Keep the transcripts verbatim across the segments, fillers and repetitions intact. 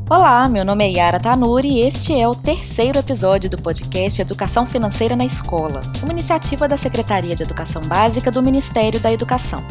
Olá, meu nome é Yara Tanuri e este é o terceiro episódio do podcast Educação Financeira na Escola, uma iniciativa da Secretaria de Educação Básica do Ministério da Educação.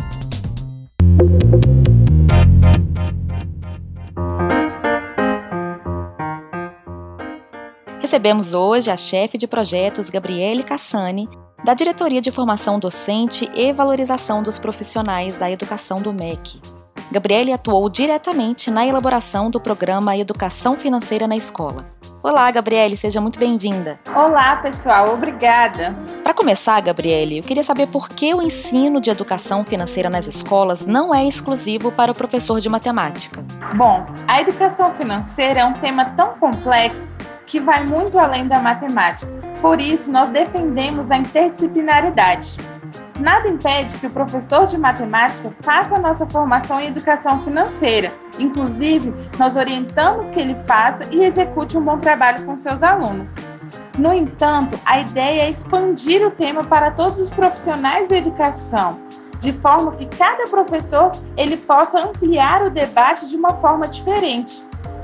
Recebemos hoje a chefe de projetos Gabriele Cassani, da Diretoria de Formação Docente e Valorização dos Profissionais da Educação do M E C. Gabriele atuou diretamente na elaboração do programa Educação Financeira na Escola. Olá, Gabriele, seja muito bem-vinda. Olá, pessoal, obrigada. Para começar, Gabriele, eu queria saber por que o ensino de educação financeira nas escolas não é exclusivo para o professor de matemática. Bom, a educação financeira é um tema tão complexo que vai muito além da matemática. Por isso, nós defendemos a interdisciplinaridade. Nada impede que o professor de matemática faça a nossa formação em educação financeira. Inclusive, nós orientamos que ele faça e execute um bom trabalho com seus alunos. No entanto, a ideia é expandir o tema para todos os profissionais da educação, de forma que cada professor ele possa ampliar o debate de uma forma diferente.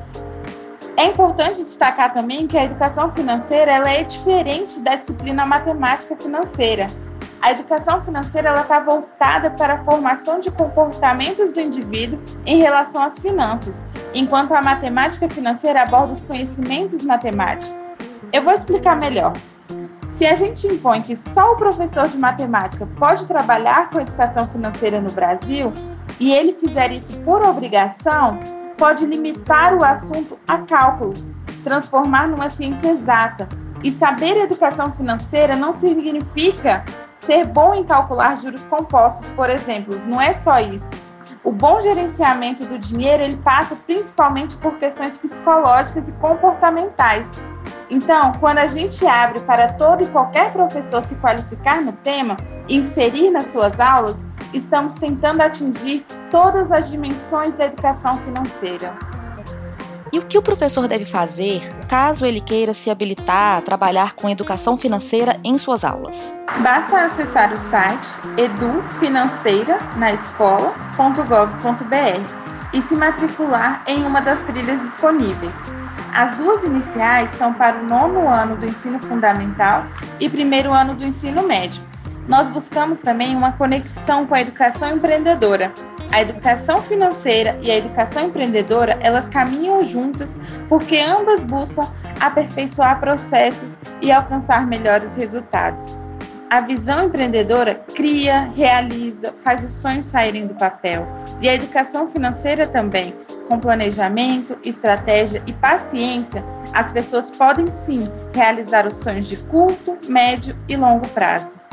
É importante destacar também que a educação financeira ela é diferente da disciplina matemática financeira. A educação financeira está voltada para a formação de comportamentos do indivíduo em relação às finanças, enquanto a matemática financeira aborda os conhecimentos matemáticos. Eu vou explicar melhor. Se a gente impõe que só o professor de matemática pode trabalhar com educação financeira no Brasil, e ele fizer isso por obrigação, pode limitar o assunto a cálculos, transformar numa ciência exata. E saber educação financeira não significa ser bom em calcular juros compostos, por exemplo, não é só isso. O bom gerenciamento do dinheiro, ele passa principalmente por questões psicológicas e comportamentais. Então, quando a gente abre para todo e qualquer professor se qualificar no tema e inserir nas suas aulas, estamos tentando atingir todas as dimensões da educação financeira. E o que o professor deve fazer caso ele queira se habilitar a trabalhar com educação financeira em suas aulas? Basta acessar o site edu financeira na escola ponto gov ponto br e se matricular em uma das trilhas disponíveis. As duas iniciais são para o nono ano do ensino fundamental e primeiro ano do ensino médio. Nós buscamos também uma conexão com a educação empreendedora. A educação financeira e a educação empreendedora, elas caminham juntas porque ambas buscam aperfeiçoar processos e alcançar melhores resultados. A visão empreendedora cria, realiza, faz os sonhos saírem do papel. E a educação financeira também, com planejamento, estratégia e paciência, as pessoas podem sim realizar os sonhos de curto, médio e longo prazo.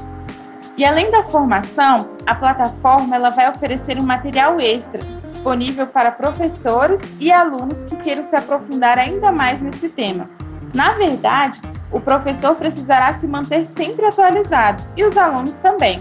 E além da formação, a plataforma ela vai oferecer um material extra, disponível para professores e alunos que queiram se aprofundar ainda mais nesse tema. Na verdade, o professor precisará se manter sempre atualizado e os alunos também.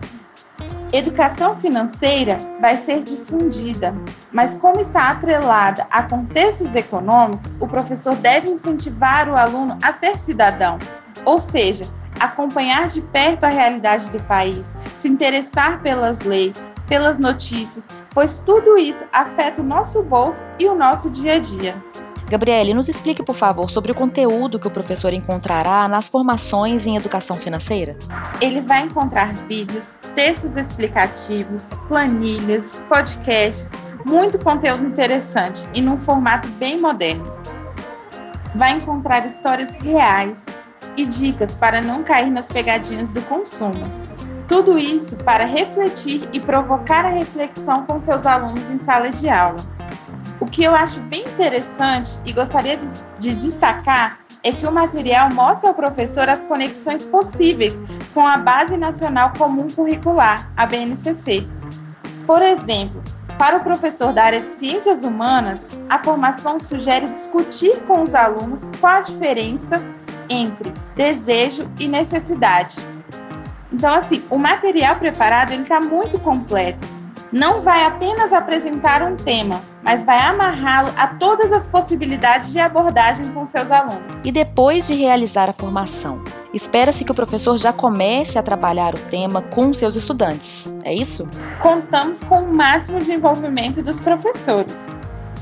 Educação financeira vai ser difundida, mas como está atrelada a contextos econômicos, o professor deve incentivar o aluno a ser cidadão, ou seja, acompanhar de perto a realidade do país, se interessar pelas leis, pelas notícias, pois tudo isso afeta o nosso bolso e o nosso dia a dia. Gabriele, nos explique, por favor, sobre o conteúdo que o professor encontrará nas formações em educação financeira. Ele vai encontrar vídeos, textos explicativos, planilhas, podcasts, muito conteúdo interessante e num formato bem moderno. Vai encontrar histórias reais e dicas para não cair nas pegadinhas do consumo. Tudo isso para refletir e provocar a reflexão com seus alunos em sala de aula. O que eu acho bem interessante e gostaria de, de destacar é que o material mostra ao professor as conexões possíveis com a Base Nacional Comum Curricular, a B N C C. Por exemplo, para o professor da área de Ciências Humanas, a formação sugere discutir com os alunos qual a diferença entre desejo e necessidade. Então, assim, o material preparado está muito completo. Não vai apenas apresentar um tema, mas vai amarrá-lo a todas as possibilidades de abordagem com seus alunos. E depois de realizar a formação, espera-se que o professor já comece a trabalhar o tema com seus estudantes, é isso? Contamos com o máximo de envolvimento dos professores.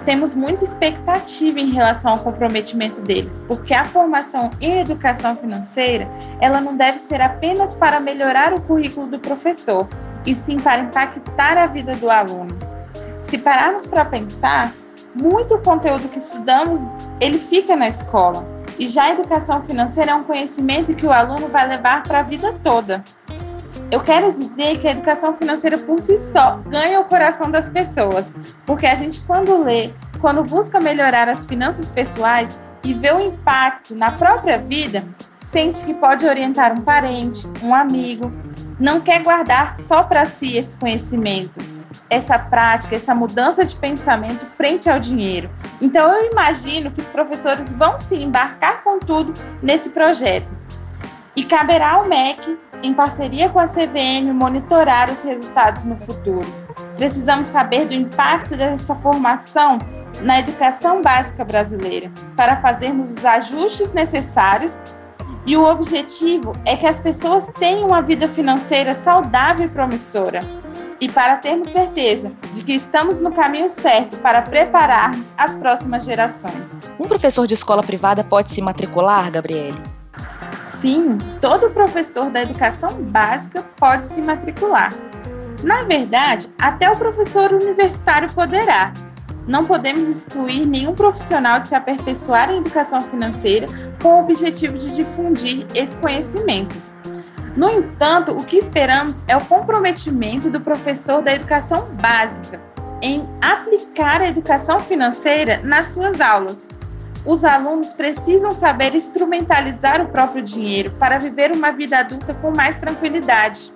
temos muita expectativa em relação ao comprometimento deles, porque a formação em educação financeira, ela não deve ser apenas para melhorar o currículo do professor, e sim para impactar a vida do aluno. Se pararmos para pensar, muito conteúdo que estudamos, ele fica na escola, e já a educação financeira é um conhecimento que o aluno vai levar para a vida toda. Eu quero dizer que a educação financeira por si só ganha o coração das pessoas, porque a gente quando lê, quando busca melhorar as finanças pessoais e vê o impacto na própria vida, sente que pode orientar um parente, um amigo, não quer guardar só para si esse conhecimento, essa prática, essa mudança de pensamento frente ao dinheiro. Então eu imagino que os professores vão se embarcar com tudo nesse projeto. E caberá ao M E C, em parceria com a C V M, monitorar os resultados no futuro. Precisamos saber do impacto dessa formação na educação básica brasileira, para fazermos os ajustes necessários, e o objetivo é que as pessoas tenham uma vida financeira saudável e promissora. E para termos certeza de que estamos no caminho certo para prepararmos as próximas gerações. Um professor de escola privada pode se matricular, Gabriele? Sim, todo professor da educação básica pode se matricular. Na verdade, até o professor universitário poderá. Não podemos excluir nenhum profissional de se aperfeiçoar em educação financeira com o objetivo de difundir esse conhecimento. No entanto, o que esperamos é o comprometimento do professor da educação básica em aplicar a educação financeira nas suas aulas. Os alunos precisam saber instrumentalizar o próprio dinheiro para viver uma vida adulta com mais tranquilidade.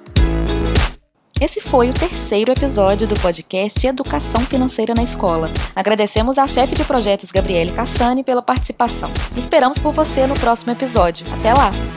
Esse foi o terceiro episódio do podcast Educação Financeira na Escola. Agradecemos à chefe de projetos Gabriele Cassani pela participação. Esperamos por você no próximo episódio. Até lá!